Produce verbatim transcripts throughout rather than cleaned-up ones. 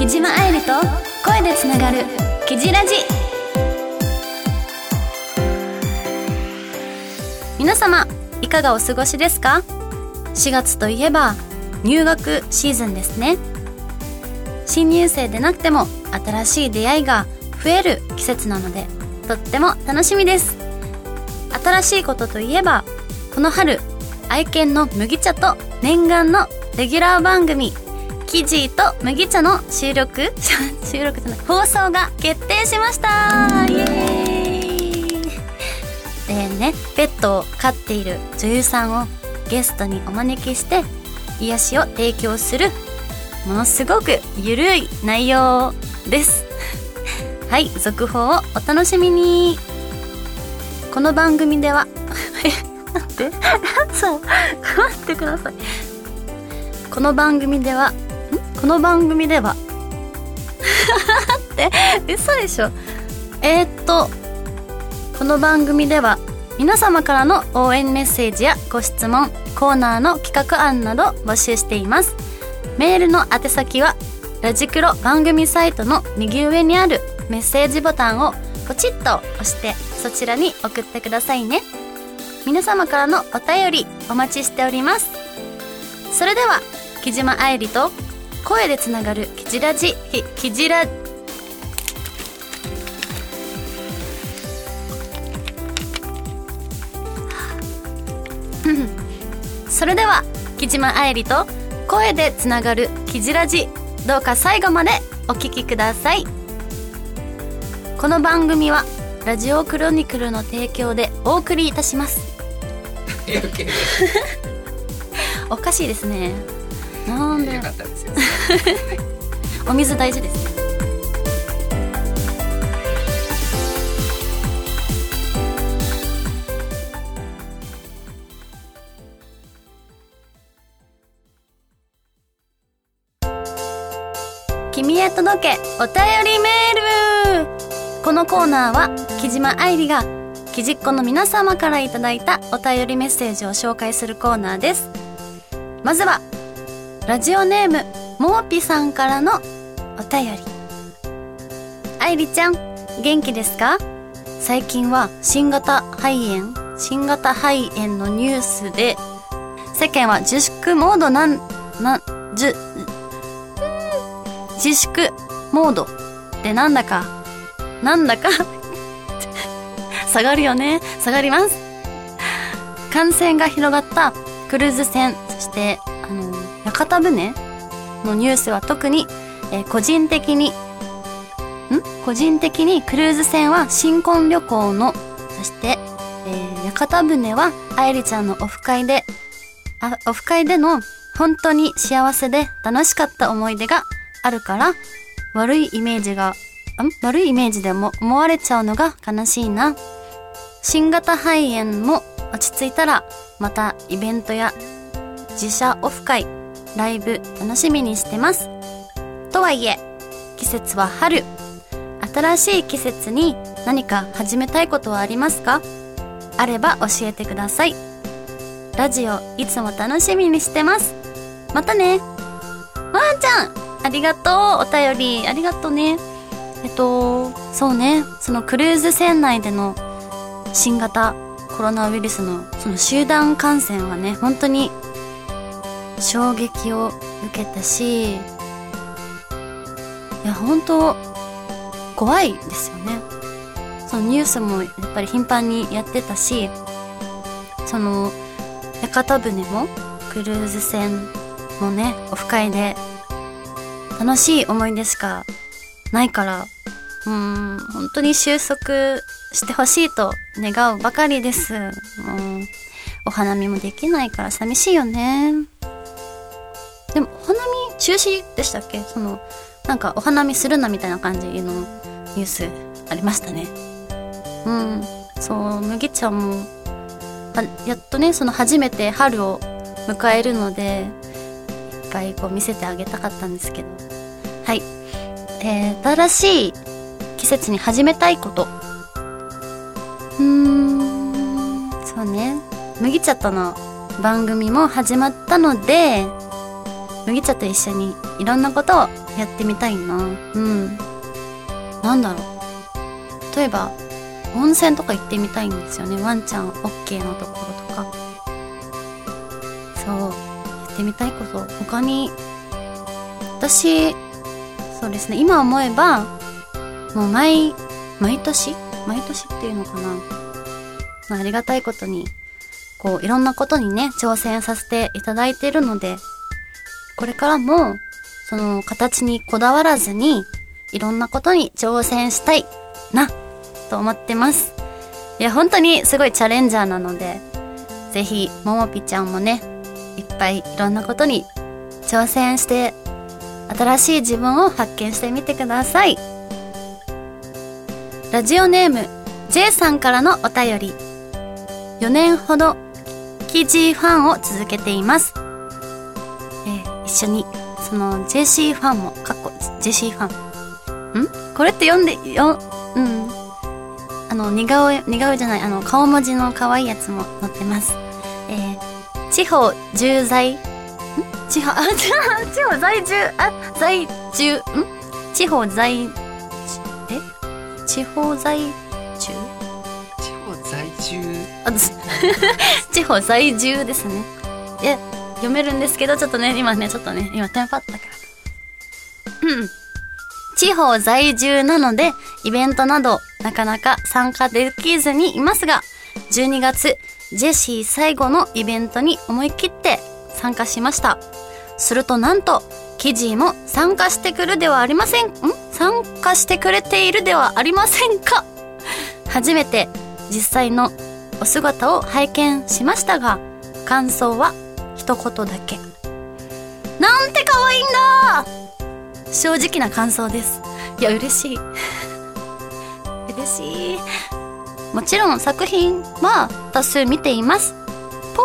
木島愛理と声でつながるキジラジ。皆様いかがお過ごしですか？しがつといえば入学シーズンですね。新入生でなくても新しい出会いが増える季節なのでとっても楽しみです。新しいことといえばこの春愛犬の麦茶と念願のレギュラー番組キジと麦茶の収録収録じゃない放送が決定しました。イエーイ。でね、ペットを飼っている女優さんをゲストにお招きして癒しを提供するものすごくゆるい内容ですはい、続報をお楽しみに。この番組ではえ待ってそう待ってください。この番組ではんこの番組ではって嘘でしょ。えー、っとこの番組では皆様からの応援メッセージやご質問、コーナーの企画案など募集しています。メールの宛先はラジクロ番組サイトの右上にあるメッセージボタンをポチッと押してそちらに送ってくださいね。皆様からのお便りお待ちしております。それでは木島愛理と声でつながるキジラジきキジラそれでは木島愛理と声でつながるキジラジ、どうか最後までお聞きください。この番組はラジオクロニクルの提供でお送りいたしますおかしいですね。なんでよかったですよお水大事ですね。君へ届けお便りメール。このコーナーは木島愛理がキジっ子の皆様からいただいたお便りメッセージを紹介するコーナーです。まずはラジオネームもーぴさんからのお便り。愛理ちゃん元気ですか？最近は新型肺炎新型肺炎のニュースで世間は自粛モードなんなじゅ自粛モードでなんだかなんだか下がるよね。下がります。感染が広がったクルーズ船、そしてあの屋形船のニュースは特に、えー、個人的にん個人的にクルーズ船は新婚旅行の、そして、えー、屋形船は愛理ちゃんのオフ会であオフ会での本当に幸せで楽しかった思い出があるから悪いイメージがん悪いイメージでも思われちゃうのが悲しいな。新型肺炎も落ち着いたらまたイベントや自社オフ会、ライブ楽しみにしてます。とはいえ季節は春。新しい季節に何か始めたいことはありますか？あれば教えてください。ラジオいつも楽しみにしてます。またね。わーちゃんありがとう。お便りありがとうね。えっとそうね、そのクルーズ船内での新型コロナウイルスのその集団感染はね本当に衝撃を受けたし、いや本当怖いですよね。そのニュースもやっぱり頻繁にやってたし、その屋形船もクルーズ船もねオフ会で楽しい思い出しかないから、うーん本当に収束してほしいと願うばかりです。もうお花見もできないから寂しいよね。でもお花見中止でしたっけ？そのなんかお花見するなみたいな感じのニュースありましたね。うん、そう麦ちゃんもやっとねその初めて春を迎えるので一回こう見せてあげたかったんですけど、はい、えー、新しい季節に始めたいこと、うーんそうね、麦茶との番組も始まったので麦茶と一緒にいろんなことをやってみたいな。うん。なんだろう。例えば、温泉とか行ってみたいんですよね。ワンちゃん OK のところとか。そう。やってみたいこと。他に、私、そうですね。今思えば、もう毎、毎年毎年っていうのかな。まあ、ありがたいことに、こう、いろんなことにね、挑戦させていただいているので、これからも、その、形にこだわらずに、いろんなことに挑戦したいな、と思ってます。いや、本当にすごいチャレンジャーなので、ぜひ、ももぴちゃんもね、いっぱいいろんなことに挑戦して、新しい自分を発見してみてください。ラジオネーム J さんからのお便り。よねんほどキジファンを続けています。えー、一緒にその ジェシー ファンもかっこ ジェシー ファンんこれって読んでようんあの似顔絵似顔絵じゃないあの顔文字の可愛いやつも載ってます。えー、地方住在ん地方あ地方在住あ在住ん地方在え地方在住地方在住あ地方在住ですね。え読めるんですけどちょっとね今ねちょっとね今テンパったからうん地方在住なのでイベントなどなかなか参加できずにいますが、じゅうにがつジェシー最後のイベントに思い切って参加しました。するとなんとキジーも参加してくるではありませんん参加してくれているではありませんか。初めて実際のお姿を拝見しましたが、感想は一言だけ。なんて可愛いんだ。正直な感想です。いや嬉しい嬉しい。もちろん作品は多数見ています。ポ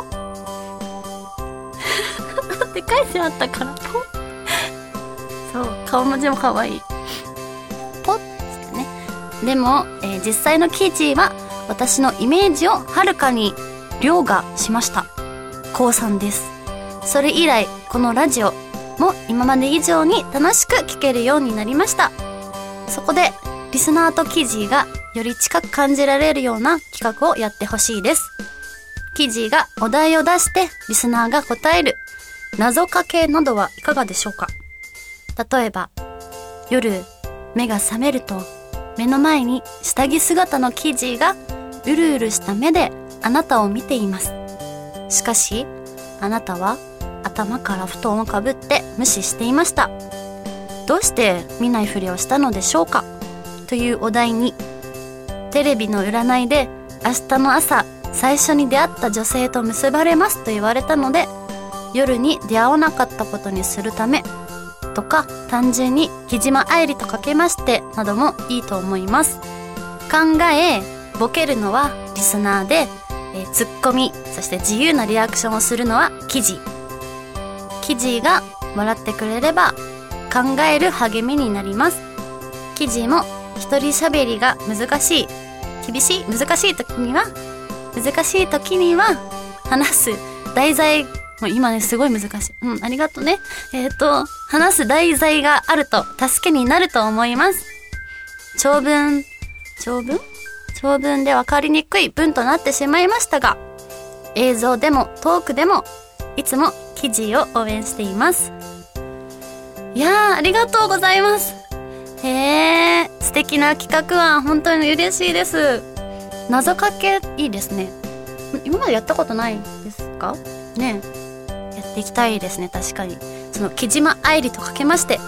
ッって書いてあったからポッそう顔文字も可愛いポッってね。でも、えー、実際のキジは私のイメージをはるかに凌駕しました。降参です。それ以来このラジオも今まで以上に楽しく聞けるようになりました。そこでリスナーとキジがより近く感じられるような企画をやってほしいです。キジがお題を出してリスナーが答える謎かけなどはいかがでしょうか。例えば夜目が覚めると目の前に下着姿のキジがうるうるした目であなたを見ています。しかしあなたは頭から布団をかぶって無視していました。どうして見ないふりをしたのでしょうかというお題に、テレビの占いで明日の朝最初に出会った女性と結ばれますと言われたので夜に出会わなかったことにするためとか、単純に木島愛理とかけましてなどもいいと思います。考えボケるのはリスナーで、えー、ツッコミそして自由なリアクションをするのはキジキジが笑ってくれれば考える励みになります。キジも一人喋りが難しい厳しい難しい時には難しい時には話す題材もう今ねすごい難しいうんありがとねえっと話す題材があると助けになると思います。長文長文長文で分かりにくい文となってしまいましたが、映像でもトークでもいつもキジを応援しています。いやーありがとうございます。へー素敵な企画は本当に嬉しいです。謎かけいいですね。今までやったことないですかね。やっていきたいですね。確かにその木島愛理とかけまして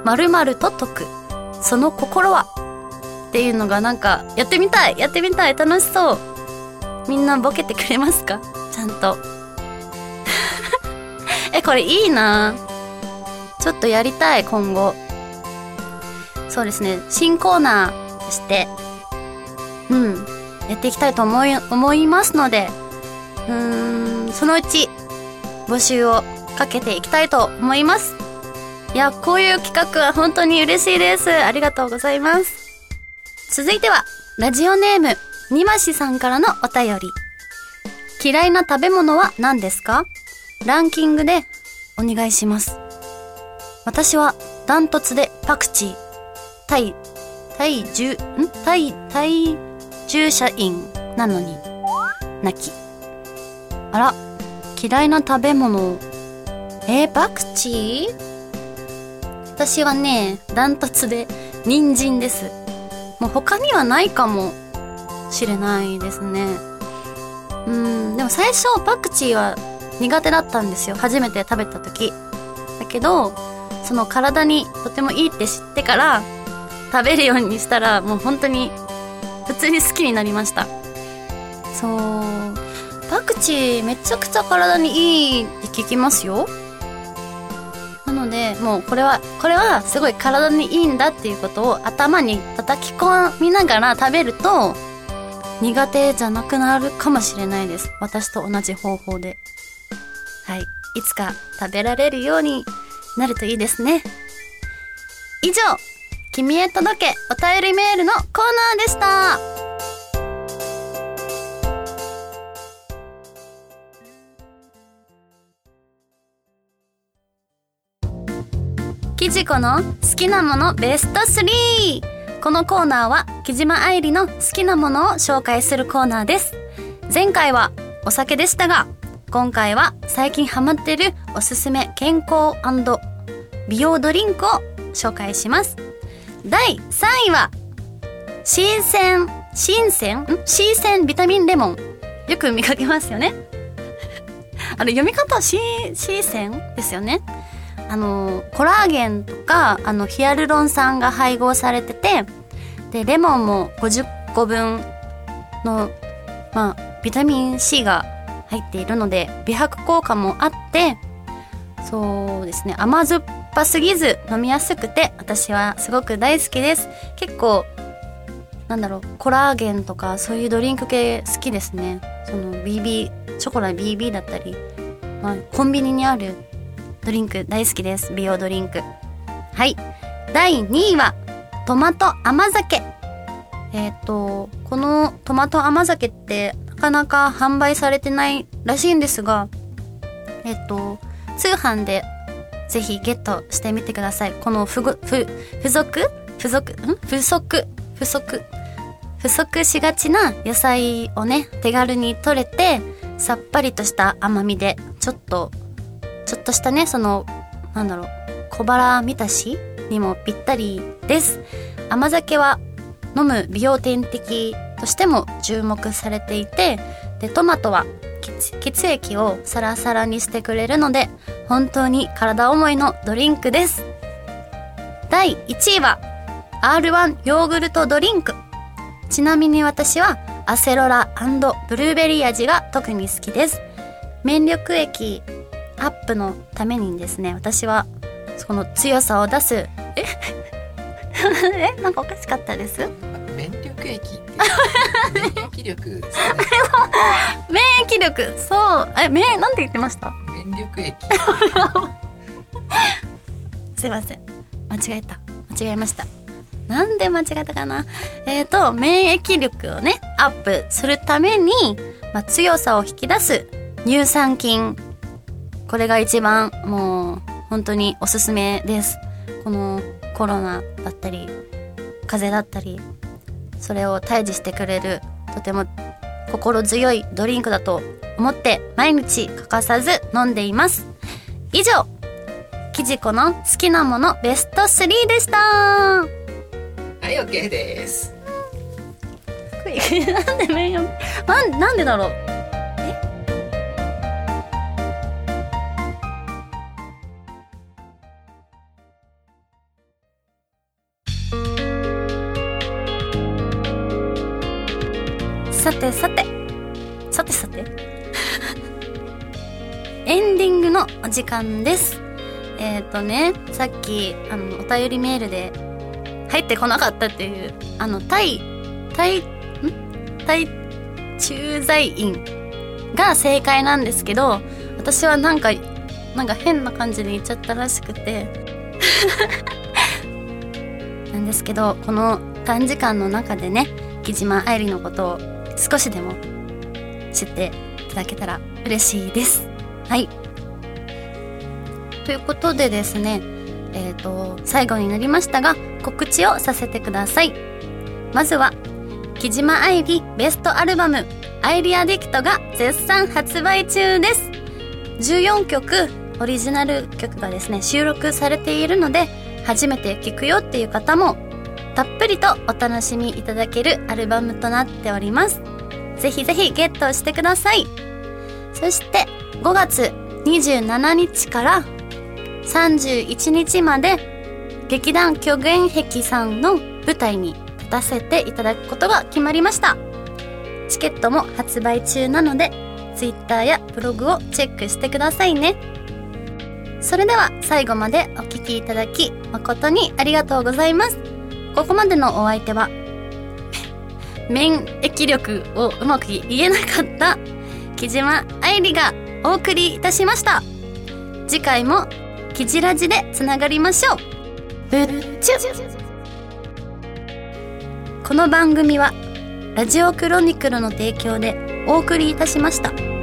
〇〇と解くその心はっていうのがなんかやってみたいやってみたい楽しそう。みんなボケてくれますかちゃんとえこれいいな。ちょっとやりたい今後。そうですね新コーナーとしてうんやっていきたいと思い思いますので、うーんそのうち募集をかけていきたいと思います。いやこういう企画は本当に嬉しいです。ありがとうございます。続いてはラジオネームにましさんからのお便り。嫌いな食べ物は何ですか？ランキングでお願いします。私はダントツでパクチー。対、対重、ん対、対従者員なのに、泣き。あら、嫌いな食べ物。えー、パクチー？私はね、ダントツで人参です。もう他にはないかもしれないですね。うーん、でも最初パクチーは苦手だったんですよ。初めて食べた時。だけど、その体にとてもいいって知ってから食べるようにしたら、もう本当に普通に好きになりました。そう。パクチーめちゃくちゃ体にいいって聞きますよ。なので、もうこれは、これはすごい体にいいんだっていうことを頭に叩き込みながら食べると、苦手じゃなくなるかもしれないです。私と同じ方法で。はい。いつか食べられるようになるといいですね。以上、君へ届けお便りメールのコーナーでした。キジコの好きなものベストスリー。このコーナーは木島愛理の好きなものを紹介するコーナーです。前回はお酒でしたが、今回は最近ハマってるおすすめ健康&美容ドリンクを紹介します。だいさんいは新鮮新鮮ん新鮮ビタミンレモン。よく見かけますよね。あれ読み方はシーシーセンですよね。あのコラーゲンとかあのヒアルロン酸が配合されてて、でレモンもごじゅっこぶんの、まあ、ビタミン C が入っているので美白効果もあって、そうですね、甘酸っぱすぎず飲みやすくて私はすごく大好きです。結構なんだろう、コラーゲンとかそういうドリンク系好きですね。その ビービー ショコラ ビービー だったり、まあ、コンビニにあるドリンク大好きです。美容ドリンク。はい。だいにいはトマト甘酒。えっとこのトマト甘酒ってなかなか販売されてないらしいんですが、えっと通販でぜひゲットしてみてください。このふぐふ付属付属ん不足不足不足しがちな野菜をね、手軽に取れてさっぱりとした甘みで、ちょっとちょっとしたね、そのなんだろう、小腹満たしにもぴったりです。甘酒は飲む美容点滴としても注目されていて、でトマトは 血, 血液をサラサラにしてくれるので本当に体思いのドリンクです。だいいちいは アールワン ヨーグルトドリンク。ちなみに私はアセロラ&ブルーベリー味が特に好きです。免疫液アップのためにですね、私はその強さを出す、ええ、なんかおかしかったです。 免疫液って免疫力ですね。 免疫力、そう、え、めなんて言ってました？ 免疫液。 すいません、間違えた間違えました。なんで間違えたかな。えーと免疫力をねアップするために、まあ、強さを引き出す乳酸菌、これが一番もう本当におすすめです。このコロナだったり風邪だったり、それを退治してくれるとても心強いドリンクだと思って毎日欠かさず飲んでいます。以上、キジコの好きなものベストスリーでした。はい、 OK です。 なんでメインなん、なんでだろう。さてさてさてさてエンディングのお時間です。えっとね、さっきあのお便りメールで入ってこなかったっていうあの対対ん対駐在員が正解なんですけど、私はなんかなんか変な感じで言っちゃったらしくてなんですけど、この短時間の中でね、木島愛理のことを少しでも知っていただけたら嬉しいです。はい。ということでですね、 えっと、最後になりましたが、告知をさせてください。まずは、木島愛理ベストアルバム、アイリアディクトが絶賛発売中です。じゅうよんきょく、オリジナル曲がですね、収録されているので、初めて聴くよっていう方も、たっぷりとお楽しみいただけるアルバムとなっております。ぜひぜひゲットしてください。そしてごがつにじゅうしちにちからさんじゅういちにちまで劇団虚言癖さんの舞台に立たせていただくことが決まりました。チケットも発売中なので Twitter やブログをチェックしてくださいね。それでは最後までお聞きいただき誠にありがとうございます。ここまでのお相手は免疫力をうまく言えなかった木島愛理がお送りいたしました。次回もキジラジでつながりましょう。ぶっちゅ。この番組はラジオクロニクルの提供でお送りいたしました。